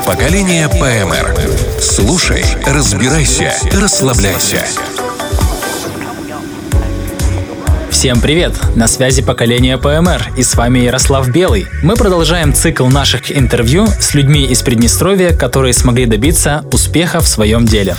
Поколение ПМР. Слушай, разбирайся, расслабляйся. Всем привет! На связи поколение ПМР, и с вами Ярослав Белый. Мы продолжаем цикл наших интервью с людьми из Приднестровья, которые смогли добиться успеха в своем деле.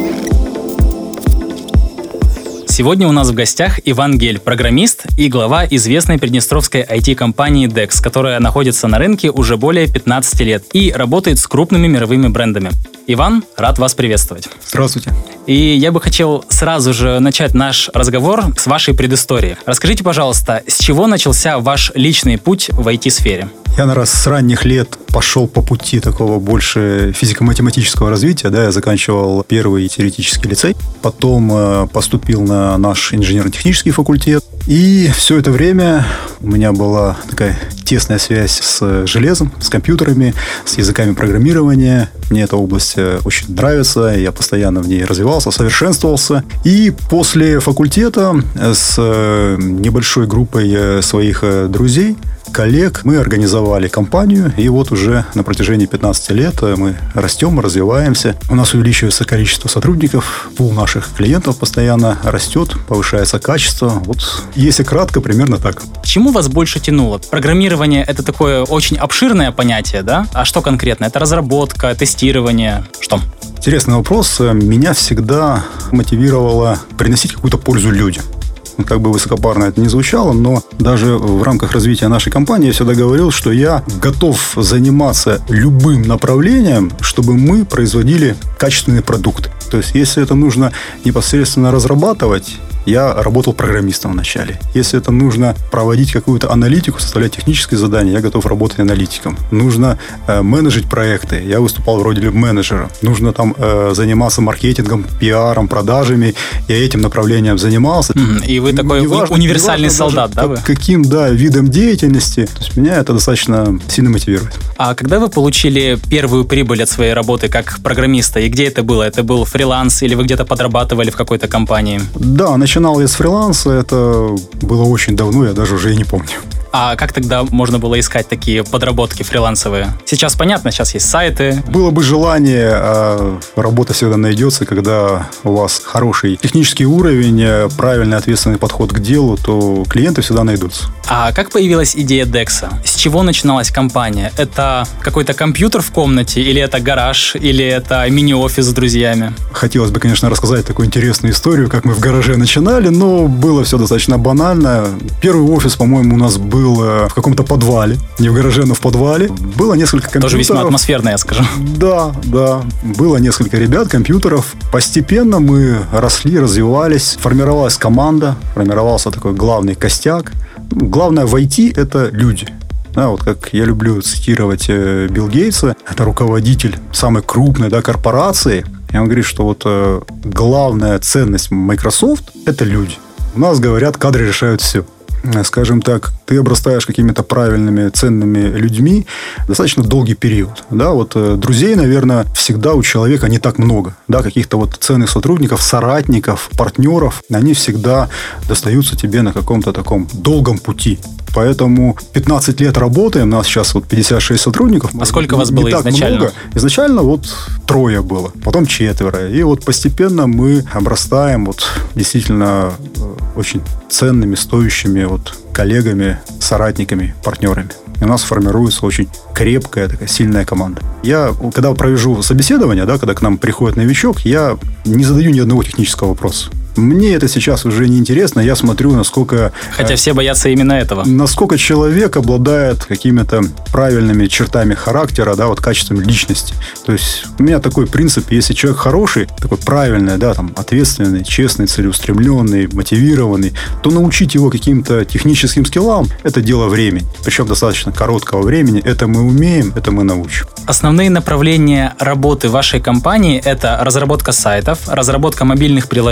Сегодня у нас в гостях Иван Гель, программист и глава известной приднестровской IT-компании DEX, которая находится на рынке уже более 15 лет и работает с крупными мировыми брендами. Иван, рад вас приветствовать. Здравствуйте. И я бы хотел сразу же начать наш разговор с вашей предыстории. Расскажите, пожалуйста, с чего начался ваш личный путь в IT-сфере? Я, наверное, с ранних лет пошел по пути такого больше физико-математического развития. Да, я заканчивал первый теоретический лицей, потом поступил на наш инженерно-технический факультет. И все это время у меня была такая тесная связь с железом, с компьютерами, с языками программирования. Мне эта область очень нравится, я постоянно в ней развивался, совершенствовался. И после факультета с небольшой группой своих друзей, коллег, мы организовали компанию, и вот уже на протяжении 15 лет мы растем, развиваемся. У нас увеличивается количество сотрудников, пул наших клиентов постоянно растет, повышается качество. Вот, если кратко, примерно так. К чему вас больше тянуло? Программирование — это такое очень обширное понятие, да? А что конкретно? Это разработка, тестирование? Что? Интересный вопрос. Меня всегда мотивировало приносить какую-то пользу людям. Как бы высокопарно это ни звучало, но даже в рамках развития нашей компании я всегда говорил, что я готов заниматься любым направлением, чтобы мы производили качественный продукт. То есть, если это нужно непосредственно разрабатывать, я работал программистом вначале. Если это нужно проводить какую-то аналитику, составлять технические задания, я готов работать аналитиком. Нужно менеджить проекты, я выступал вроде менеджера. Нужно там заниматься маркетингом, пиаром, продажами, я этим направлением занимался. И вы такой универсальный солдат, да? Каким, видом деятельности. То есть меня это достаточно сильно мотивирует. А когда вы получили первую прибыль от своей работы как программиста, и где это было? Это был фриланс или вы где-то подрабатывали в какой-то компании? Да, начинал я с фриланса, это было очень давно, я даже уже и не помню. А как тогда можно было искать такие подработки фрилансовые? Сейчас понятно, сейчас есть сайты. Было бы желание, работа всегда найдется, когда у вас хороший технический уровень, правильный ответственный подход к делу, то клиенты всегда найдутся. А как появилась идея DEX? С чего начиналась компания? Это какой-то компьютер в комнате, или это гараж, или это мини-офис с друзьями? Хотелось бы, конечно, рассказать такую интересную историю, как мы в гараже начинали, но было все достаточно банально. Первый офис, по-моему, у нас был в каком-то подвале. Не в гараже, но в подвале. Было несколько компьютеров. Тоже весьма атмосферно, я скажу. Да. Было несколько ребят, компьютеров. Постепенно мы росли, развивались. Формировалась команда. Формировался такой главный костяк. Главное в IT – это люди. Да, вот как я люблю цитировать Билл Гейтса, это руководитель самой крупной корпорации. И он говорит, что вот главная ценность Microsoft – это люди. У нас, говорят, кадры решают все. Скажем так, ты обрастаешь какими-то правильными, ценными людьми достаточно долгий период. Да, вот друзей, наверное, всегда у человека не так много. Да, каких-то вот ценных сотрудников, соратников, партнеров, они всегда достаются тебе на каком-то таком долгом пути. Поэтому 15 лет работаем, у нас сейчас вот 56 сотрудников. А сколько вас было изначально? Много. Изначально вот 3 было, потом 4. И вот постепенно мы обрастаем вот действительно очень ценными, стоящими вот коллегами, соратниками, партнерами. И у нас формируется очень крепкая, такая сильная команда. Я, когда провожу собеседование, когда к нам приходит новичок, я не задаю ни одного технического вопроса. Мне это сейчас уже не интересно. Я смотрю, насколько... Хотя все боятся именно этого. Насколько человек обладает какими-то правильными чертами характера, качеством личности. То есть у меня такой принцип: если человек хороший, такой правильный, ответственный, честный, целеустремленный, мотивированный, то научить его каким-то техническим скиллам – это дело времени. Причем достаточно короткого времени. Это мы умеем, это мы научим. Основные направления работы вашей компании – это разработка сайтов, разработка мобильных приложений,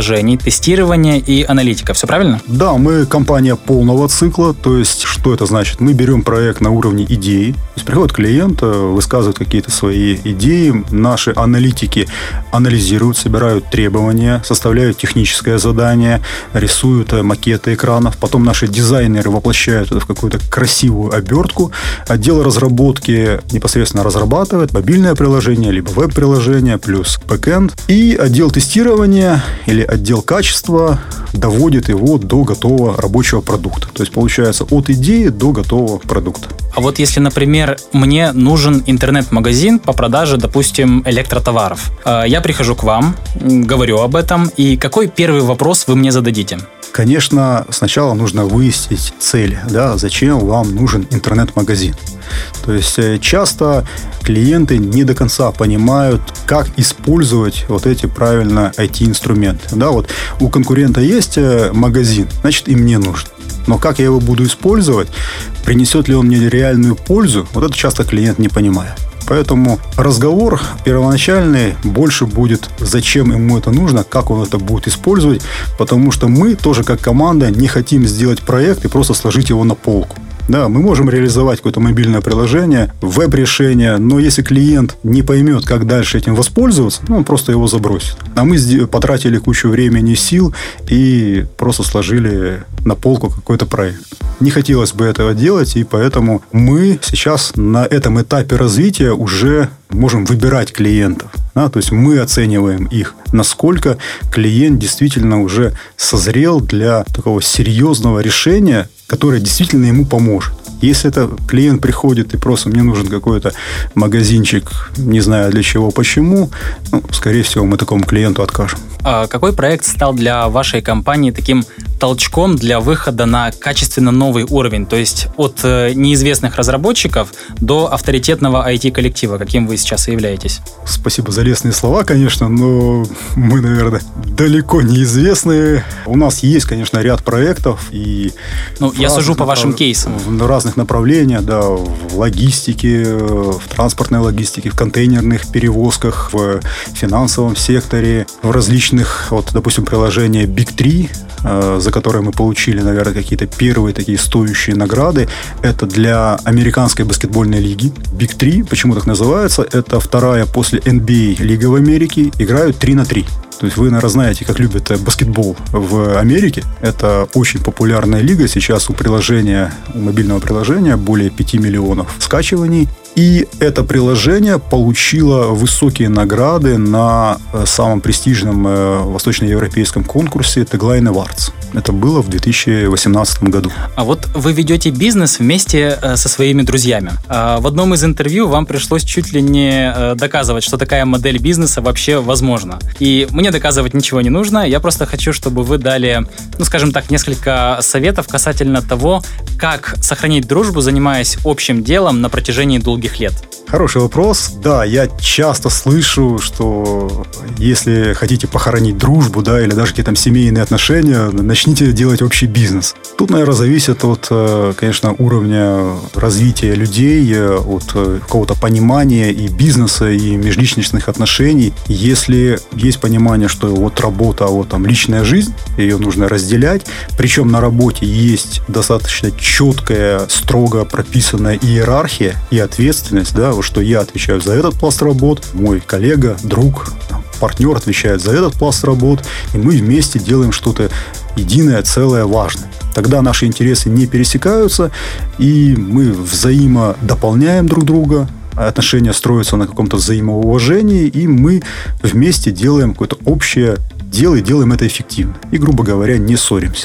тестирование и аналитика. Все правильно? Да, мы компания полного цикла. То есть, что это значит? Мы берем проект на уровне идеи. То есть, приходит клиент, высказывает какие-то свои идеи. Наши аналитики анализируют, собирают требования, составляют техническое задание, рисуют макеты экранов. Потом наши дизайнеры воплощают это в какую-то красивую обертку. Отдел разработки непосредственно разрабатывает мобильное приложение, либо веб-приложение, плюс бэкэнд. И отдел тестирования или отдел качества доводит его до готового рабочего продукта. То есть, получается, от идеи до готового продукта. А вот если, например, мне нужен интернет-магазин по продаже, допустим, электротоваров. Я прихожу к вам, говорю об этом, и какой первый вопрос вы мне зададите? Конечно, сначала нужно выяснить цели, да, зачем вам нужен интернет-магазин. То есть часто клиенты не до конца понимают, как использовать вот эти правильно IT-инструменты. Да, вот у конкурента есть магазин, значит, и мне нужен. Но как я его буду использовать, принесет ли он мне реальную пользу, вот это часто клиент не понимает. Поэтому разговор первоначальный больше будет, зачем ему это нужно, как он это будет использовать, потому что мы тоже как команда не хотим сделать проект и просто сложить его на полку. Да, мы можем реализовать какое-то мобильное приложение, веб-решение, но если клиент не поймет, как дальше этим воспользоваться, он просто его забросит. А мы потратили кучу времени и сил и просто сложили на полку какой-то проект. Не хотелось бы этого делать, и поэтому мы сейчас на этом этапе развития уже можем выбирать клиентов. Да, то есть мы оцениваем их, насколько клиент действительно уже созрел для такого серьезного решения, которое действительно ему поможет. Если это клиент приходит и просто мне нужен какой-то магазинчик, не знаю для чего, почему, скорее всего, мы такому клиенту откажем. А какой проект стал для вашей компании таким толчком для выхода на качественно новый уровень? То есть от неизвестных разработчиков до авторитетного IT-коллектива, каким вы сейчас и являетесь? Спасибо за лестные слова, конечно, но мы, наверное, далеко не известные. У нас есть, конечно, ряд проектов. И я сужу по вашим кейсам. В разных направлениях, да, в логистике, в транспортной логистике, в контейнерных перевозках, в финансовом секторе, в различных, допустим, приложения Big 3, за которые мы получили, наверное, какие-то первые такие стоящие награды. Это для американской баскетбольной лиги. Big 3, почему так называется? Это вторая после NBA лига в Америке. Играют 3-3. То есть вы, наверное, знаете, как любят баскетбол в Америке. Это очень популярная лига. Сейчас у мобильного приложения более 5 миллионов скачиваний. И это приложение получило высокие награды на самом престижном восточноевропейском конкурсе Tagline Awards. Это было в 2018 году. А вот вы ведете бизнес вместе со своими друзьями. В одном из интервью вам пришлось чуть ли не доказывать, что такая модель бизнеса вообще возможна. И мне доказывать ничего не нужно. Я просто хочу, чтобы вы дали, скажем так, несколько советов касательно того, как сохранить дружбу, занимаясь общим делом на протяжении долгих лет. Хороший вопрос. Да, я часто слышу, что если хотите похоронить дружбу, да, или даже какие-то там семейные отношения, начните делать общий бизнес. Тут, наверное, зависит от, конечно, уровня развития людей, от какого-то понимания и бизнеса, и межличностных отношений. Если есть понимание, что вот работа, а вот там личная жизнь, ее нужно разделять, причем на работе есть достаточно четкая, строго прописанная иерархия и ответственность, да, что я отвечаю за этот пласт работ, мой коллега, друг, партнер отвечает за этот пласт работ, и мы вместе делаем что-то единое, целое, важное. Тогда наши интересы не пересекаются, и мы взаимодополняем друг друга, отношения строятся на каком-то взаимоуважении, и мы вместе делаем какое-то общее дело и делаем это эффективно. И, грубо говоря, не ссоримся.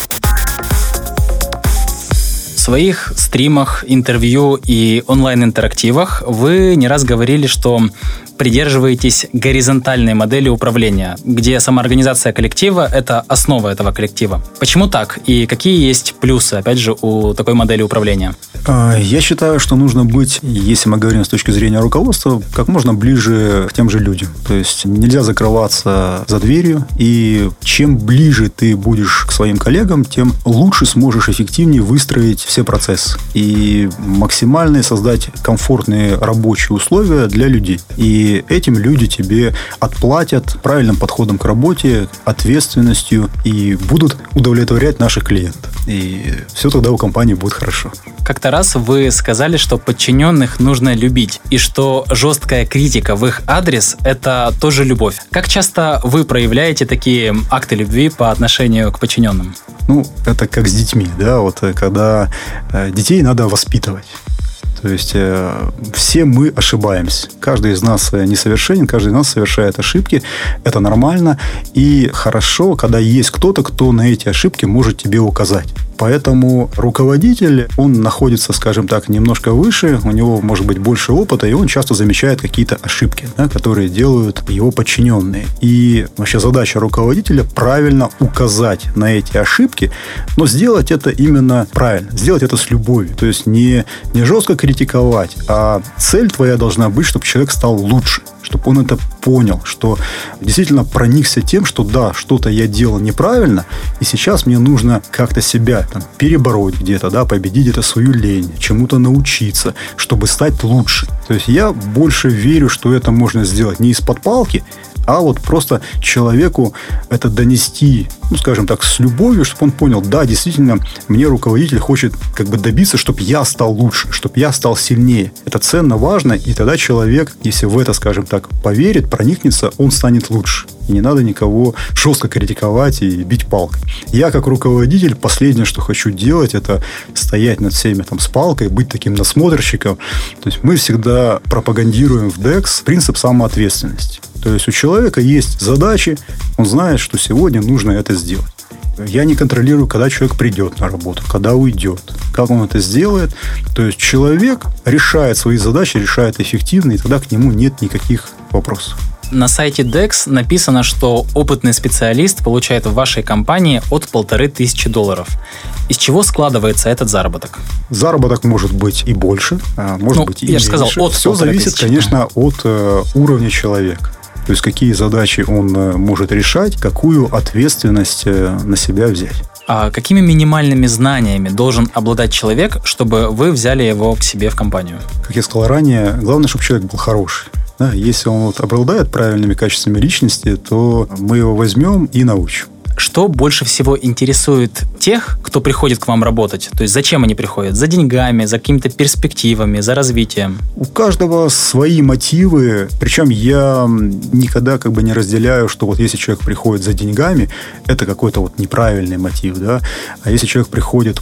В своих стримах, интервью и онлайн-интерактивах вы не раз говорили, что придерживаетесь горизонтальной модели управления, где самоорганизация коллектива – это основа этого коллектива. Почему так? И какие есть плюсы, опять же, у такой модели управления? Я считаю, что нужно быть, если мы говорим с точки зрения руководства, как можно ближе к тем же людям. То есть нельзя закрываться за дверью, и чем ближе ты будешь к своим коллегам, тем лучше сможешь эффективнее выстроить все процессы и максимально создать комфортные рабочие условия для людей. И И этим люди тебе отплатят правильным подходом к работе, ответственностью и будут удовлетворять наших клиентов. И все тогда у компании будет хорошо. Как-то раз вы сказали, что подчиненных нужно любить, и что жесткая критика в их адрес – это тоже любовь. Как часто вы проявляете такие акты любви по отношению к подчиненным? Это как с детьми, да, вот когда детей надо воспитывать. То есть все мы ошибаемся. Каждый из нас несовершенен, каждый из нас совершает ошибки. Это нормально. И хорошо, когда есть кто-то, кто на эти ошибки может тебе указать. Поэтому руководитель, он находится, скажем так, немножко выше, у него может быть больше опыта, и он часто замечает какие-то ошибки, да, которые делают его подчиненные. И вообще задача руководителя правильно указать на эти ошибки, но сделать это именно правильно, сделать это с любовью. То есть не жестко критиковать, а цель твоя должна быть, чтобы человек стал лучше, чтобы он это понял, что действительно проникся тем, что да, что-то я делал неправильно, и сейчас мне нужно как-то себя перебороть где-то, да, победить это свою лень, чему-то научиться, чтобы стать лучше. То есть я больше верю, что это можно сделать не из-под палки, а вот просто человеку это донести, скажем так, с любовью, чтобы он понял, да, действительно, мне руководитель хочет добиться, чтобы я стал лучше, чтобы я стал сильнее. Это ценно, важно, и тогда человек, если в это, скажем так, поверит, проникнется, он станет лучше. И не надо никого жестко критиковать и бить палкой. Я, как руководитель, последнее, что хочу делать, это стоять над всеми с палкой, быть таким надсмотрщиком. То есть мы всегда пропагандируем в DEX принцип самоответственности. То есть у человека есть задачи, он знает, что сегодня нужно это сделать. Я не контролирую, когда человек придет на работу, когда уйдет, как он это сделает. То есть человек решает свои задачи, решает эффективно, и тогда к нему нет никаких вопросов. На сайте DEX написано, что опытный специалист получает в вашей компании от $1500. Из чего складывается этот заработок? Заработок может быть и больше, может быть и меньше. Я же сказал, от Все зависит, конечно, от уровня человека. То есть, какие задачи он может решать, какую ответственность на себя взять. А какими минимальными знаниями должен обладать человек, чтобы вы взяли его к себе в компанию? Как я сказал ранее, главное, чтобы человек был хороший. Да, если он обладает правильными качествами личности, то мы его возьмем и научим. Что больше всего интересует тех, кто приходит к вам работать? То есть зачем они приходят? За деньгами, за какими-то перспективами, за развитием? У каждого свои мотивы. Причем я никогда не разделяю, что вот если человек приходит за деньгами, это какой-то неправильный мотив. Да? А если человек приходит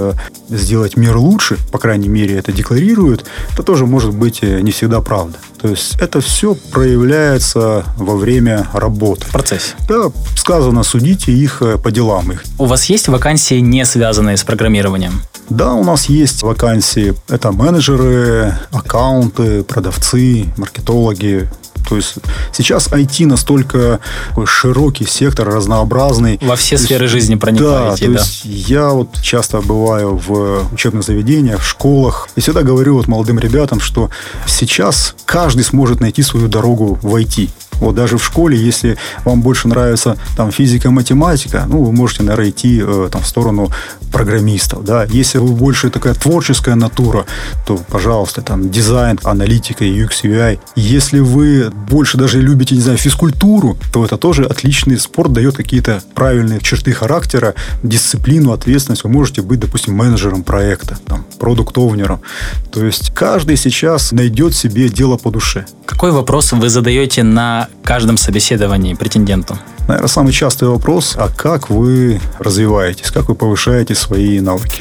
сделать мир лучше, по крайней мере, это декларирует, это тоже может быть не всегда правда. То есть это все проявляется во время работы. В процессе. Да, сказано, судите их по делам их. У вас есть вакансии, не связанные с программированием? Да, у нас есть вакансии. Это менеджеры, аккаунты, продавцы, маркетологи. То есть сейчас IT настолько широкий сектор, разнообразный. Во все сферы жизни проникаете. Да, то есть я часто бываю в учебных заведениях, в школах. И всегда говорю молодым ребятам, что сейчас каждый сможет найти свою дорогу в IT. Вот даже в школе, если вам больше нравится физика, математика, вы можете, наверное, идти в сторону программистов. Да? Если вы больше такая творческая натура, то, пожалуйста, дизайн, аналитика, UX, UI. Если вы больше даже любите, физкультуру, то это тоже отличный спорт, дает какие-то правильные черты характера, дисциплину, ответственность. Вы можете быть, допустим, менеджером проекта, продукт-оунером. То есть каждый сейчас найдет себе дело по душе. Какой вопрос вы задаете на каждом собеседовании претенденту? Наверное, самый частый вопрос: а как вы развиваетесь, как вы повышаете свои навыки?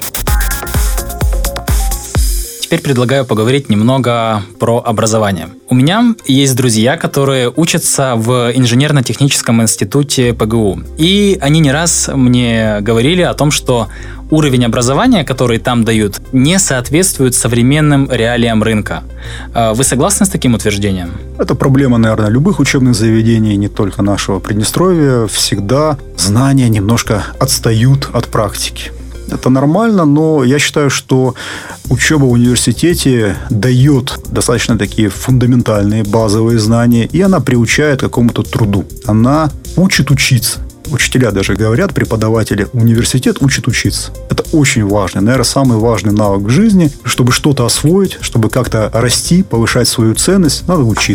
Теперь предлагаю поговорить немного про образование. У меня есть друзья, которые учатся в инженерно-техническом институте ПГУ. И они не раз мне говорили о том, что уровень образования, который там дают, не соответствует современным реалиям рынка. Вы согласны с таким утверждением? Это проблема, наверное, любых учебных заведений, не только нашего Приднестровья. Всегда знания немножко отстают от практики. Это нормально, но я считаю, что учеба в университете дает достаточно такие фундаментальные базовые знания, и она приучает к какому-то труду. Она учит учиться. Учителя даже говорят, преподаватели, университет учит учиться. Это очень важно. Наверное, самый важный навык в жизни. Чтобы что-то освоить, чтобы как-то расти, повышать свою ценность, надо учиться.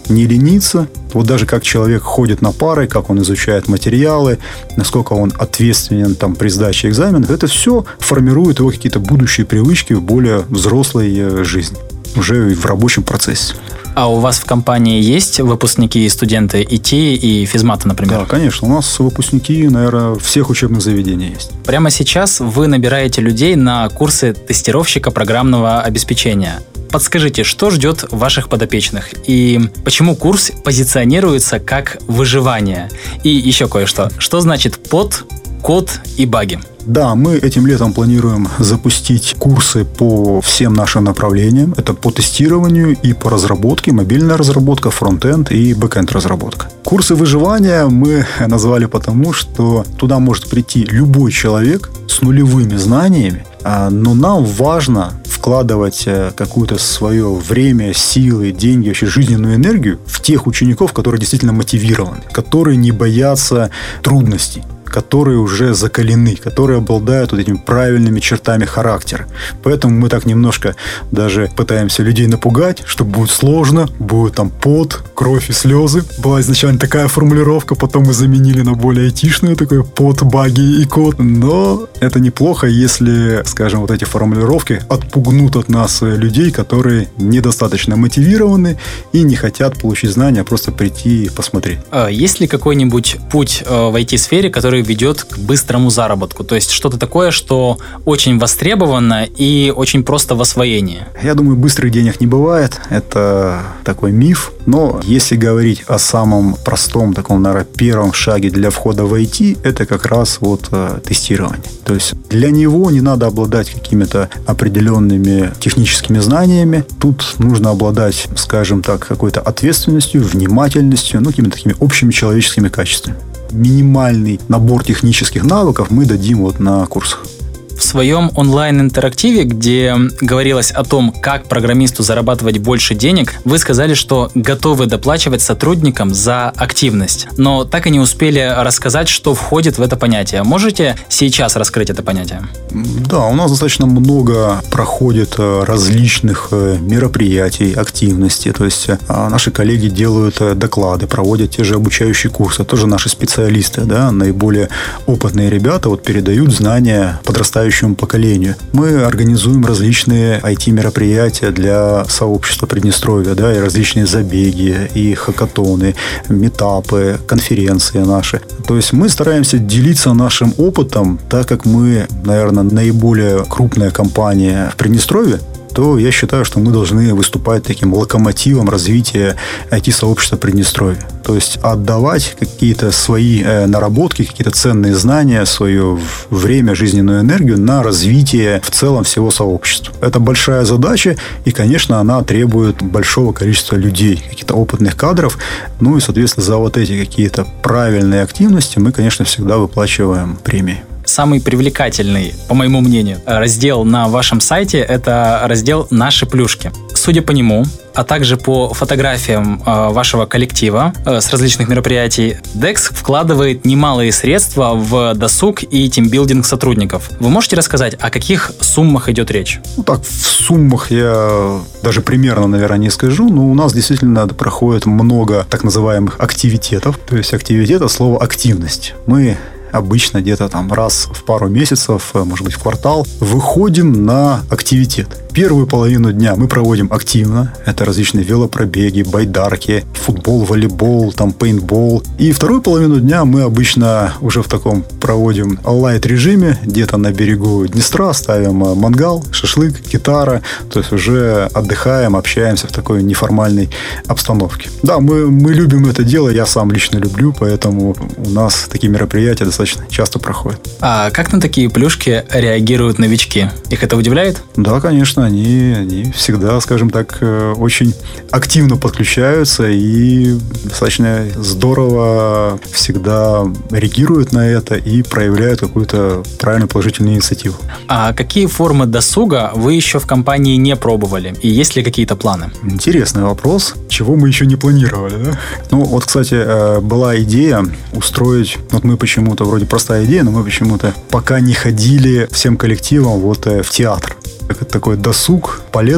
не лениться. Вот даже как человек ходит на пары, как он изучает материалы, насколько он ответственен там при сдаче экзаменов, это все формирует его какие-то будущие привычки в более взрослой жизни, уже в рабочем процессе. А у вас в компании есть выпускники и студенты ИТ и физмата, например? Да, конечно. У нас выпускники, наверное, всех учебных заведений есть. Прямо сейчас вы набираете людей на курсы тестировщика программного обеспечения. Подскажите, что ждет ваших подопечных и почему курс позиционируется как выживание? И еще кое-что. Что значит под, код и баги? Да, мы этим летом планируем запустить курсы по всем нашим направлениям. Это по тестированию и по разработке, мобильная разработка, фронт-энд и бэк-энд разработка. Курсы выживания мы назвали потому, что туда может прийти любой человек с нулевыми знаниями, но нам важно вкладывать какое-то свое время, силы, деньги, вообще жизненную энергию в тех учеников, которые действительно мотивированы, которые не боятся трудностей, которые уже закалены, которые обладают вот этими правильными чертами характера. Поэтому мы так немножко даже пытаемся людей напугать, что будет сложно, будет там пот, кровь и слезы. Была изначально такая формулировка, потом мы заменили на более айтишную, такой пот, баги и код. Но это неплохо, если, скажем, вот эти формулировки отпугнут от нас людей, которые недостаточно мотивированы и не хотят получить знания, а просто прийти и посмотреть. Есть ли какой-нибудь путь в IT-сфере, который ведет к быстрому заработку? То есть что-то такое, что очень востребовано и очень просто в освоении? Я думаю, быстрых денег не бывает. Это такой миф. Но если говорить о самом простом, таком, наверное, первом шаге для входа в IT, это как раз вот тестирование. То есть для него не надо обладать какими-то определенными техническими знаниями. Тут нужно обладать, скажем так, какой-то ответственностью, внимательностью, какими-то такими общими человеческими качествами. Минимальный набор технических навыков мы дадим вот на курсах. В своем онлайн-интерактиве, где говорилось о том, как программисту зарабатывать больше денег, вы сказали, что готовы доплачивать сотрудникам за активность. Но так и не успели рассказать, что входит в это понятие. Можете сейчас раскрыть это понятие? Да, у нас достаточно много проходит различных мероприятий, активностей. То есть наши коллеги делают доклады, проводят те же обучающие курсы. Тоже наши специалисты, да, наиболее опытные ребята передают знания подрастающим поколению. Мы организуем различные IT-мероприятия для сообщества Приднестровья, да, и различные забеги, и хакатоны, митапы, конференции наши. То есть мы стараемся делиться нашим опытом, так как мы, наверное, наиболее крупная компания в Приднестровье, то я считаю, что мы должны выступать таким локомотивом развития IT-сообщества Приднестровья. То есть отдавать какие-то свои наработки, какие-то ценные знания, свое время, жизненную энергию на развитие в целом всего сообщества. Это большая задача, и, конечно, она требует большого количества людей, каких-то опытных кадров. И, соответственно, за вот эти какие-то правильные активности мы, конечно, всегда выплачиваем премии. Самый привлекательный, по моему мнению, раздел на вашем сайте – это раздел «Наши плюшки». Судя по нему, а также по фотографиям вашего коллектива с различных мероприятий, DEX вкладывает немалые средства в досуг и тимбилдинг сотрудников. Вы можете рассказать, о каких суммах идет речь? В суммах я даже примерно, наверное, не скажу, но у нас действительно проходит много так называемых активитетов. То есть активитет от слова «активность». Мы обычно где-то раз в пару месяцев, может быть, в квартал, выходим на активитет. Первую половину дня мы проводим активно. Это различные велопробеги, байдарки, футбол, волейбол, пейнтбол. И вторую половину дня мы обычно уже в таком проводим лайт-режиме, где-то на берегу Днестра, ставим мангал, шашлык, гитара. То есть уже отдыхаем, общаемся в такой неформальной обстановке. Да, мы любим это дело, я сам лично люблю, поэтому у нас такие мероприятия достаточно часто проходят. А как на такие плюшки реагируют новички? Их это удивляет? Да, конечно. Они всегда, скажем так, очень активно подключаются и достаточно здорово всегда реагируют на это и проявляют какую-то правильную положительную инициативу. А какие формы досуга вы еще в компании не пробовали? И есть ли какие-то планы? Интересный вопрос. Чего мы еще не планировали, да? Кстати, была идея устроить, мы почему-то, вроде простая идея, но мы почему-то пока не ходили всем коллективом в театр. Это такой досуг полезный,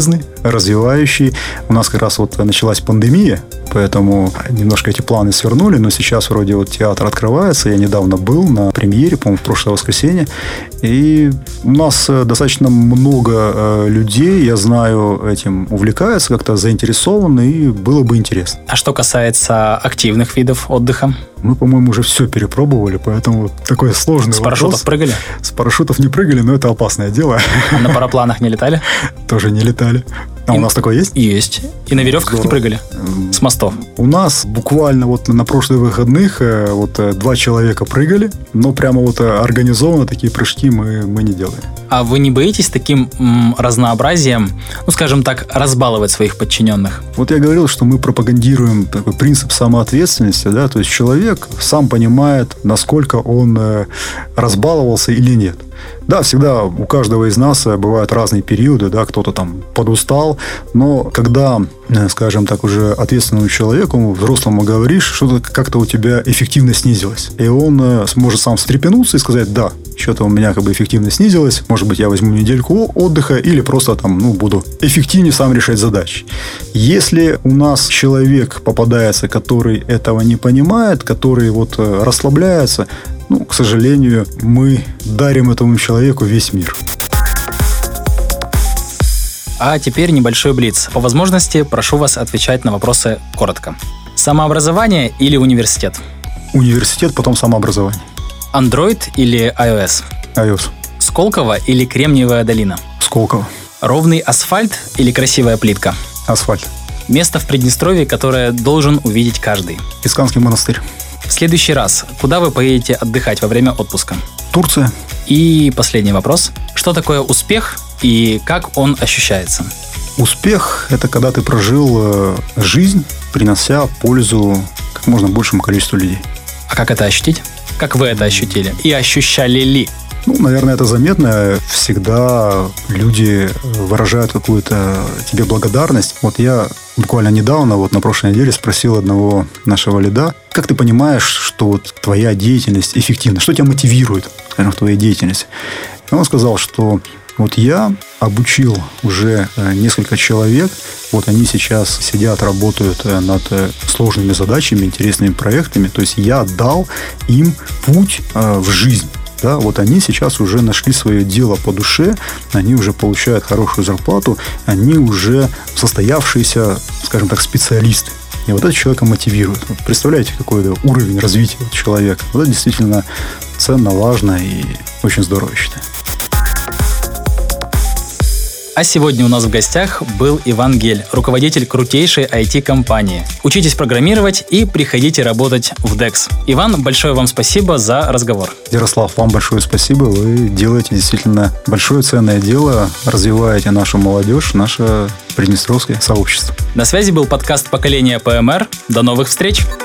развивающий. У нас как раз вот началась пандемия, поэтому немножко эти планы свернули, но сейчас вроде вот театр открывается. Я недавно был на премьере, по-моему, в прошлое воскресенье. И у нас достаточно много людей, я знаю, этим увлекаются, как-то заинтересованы, и было бы интересно. А что касается активных видов отдыха? Мы, по-моему, уже все перепробовали, поэтому такой сложный вопрос. С парашютов прыгали? С парашютов не прыгали, но это опасное дело. А на парапланах не летали? Тоже не летали. А у нас такое есть? Есть. И на веревках не прыгали? С мостов? У нас буквально вот на прошлых выходных вот 2 человека прыгали, но прямо вот организованно такие прыжки мы не делали. А вы не боитесь таким разнообразием, ну, скажем так, разбаловать своих подчиненных? Вот я говорил, что мы пропагандируем такой принцип самоответственности, да, то есть человек сам понимает, насколько он разбаловался или нет. Да, всегда у каждого из нас бывают разные периоды, да, кто-то там подустал, но когда, скажем так, уже ответственному человеку, взрослому говоришь, что-то как-то у тебя эффективность снизилась, и он сможет сам встрепенуться и сказать, да, что-то у меня как бы эффективность снизилась, может быть, я возьму недельку отдыха или просто там, буду эффективнее сам решать задачи. Если у нас человек попадается, который этого не понимает, который вот расслабляется, к сожалению, мы дарим этому человеку весь мир. А теперь небольшой блиц. По возможности прошу вас отвечать на вопросы коротко. Самообразование или университет? Университет, потом самообразование. Android или iOS? iOS. Сколково или Кремниевая долина? Сколково. Ровный асфальт или красивая плитка? Асфальт. Место в Приднестровье, которое должен увидеть каждый? Исканский монастырь. В следующий раз, куда вы поедете отдыхать во время отпуска? Турция. И последний вопрос. Что такое успех и как он ощущается? Успех – это когда ты прожил жизнь, принося пользу как можно большему количеству людей. А как это ощутить? Как вы это ощутили? И ощущали ли? Наверное, это заметно. Всегда люди выражают какую-то тебе благодарность. Вот я буквально недавно, на прошлой неделе, спросил одного нашего лида, как ты понимаешь, что вот твоя деятельность эффективна? Что тебя мотивирует, скажем, в твоей деятельности? И он сказал, что вот я обучил уже несколько человек, вот они сейчас сидят, работают над сложными задачами, интересными проектами, то есть я дал им путь в жизнь. Да, вот они сейчас уже нашли свое дело по душе, они уже получают хорошую зарплату, они уже состоявшиеся, скажем так, специалисты. И вот это человека мотивирует. Вот представляете, какой уровень развития человека. Вот это действительно ценно, важно и очень здорово, я считаю. А сегодня у нас в гостях был Иван Гель, руководитель крутейшей IT-компании. Учитесь программировать и приходите работать в DEX. Иван, большое вам спасибо за разговор. Ярослав, вам большое спасибо. Вы делаете действительно большое ценное дело, развиваете нашу молодежь, наше приднестровское сообщество. На связи был подкаст «Поколение ПМР». До новых встреч!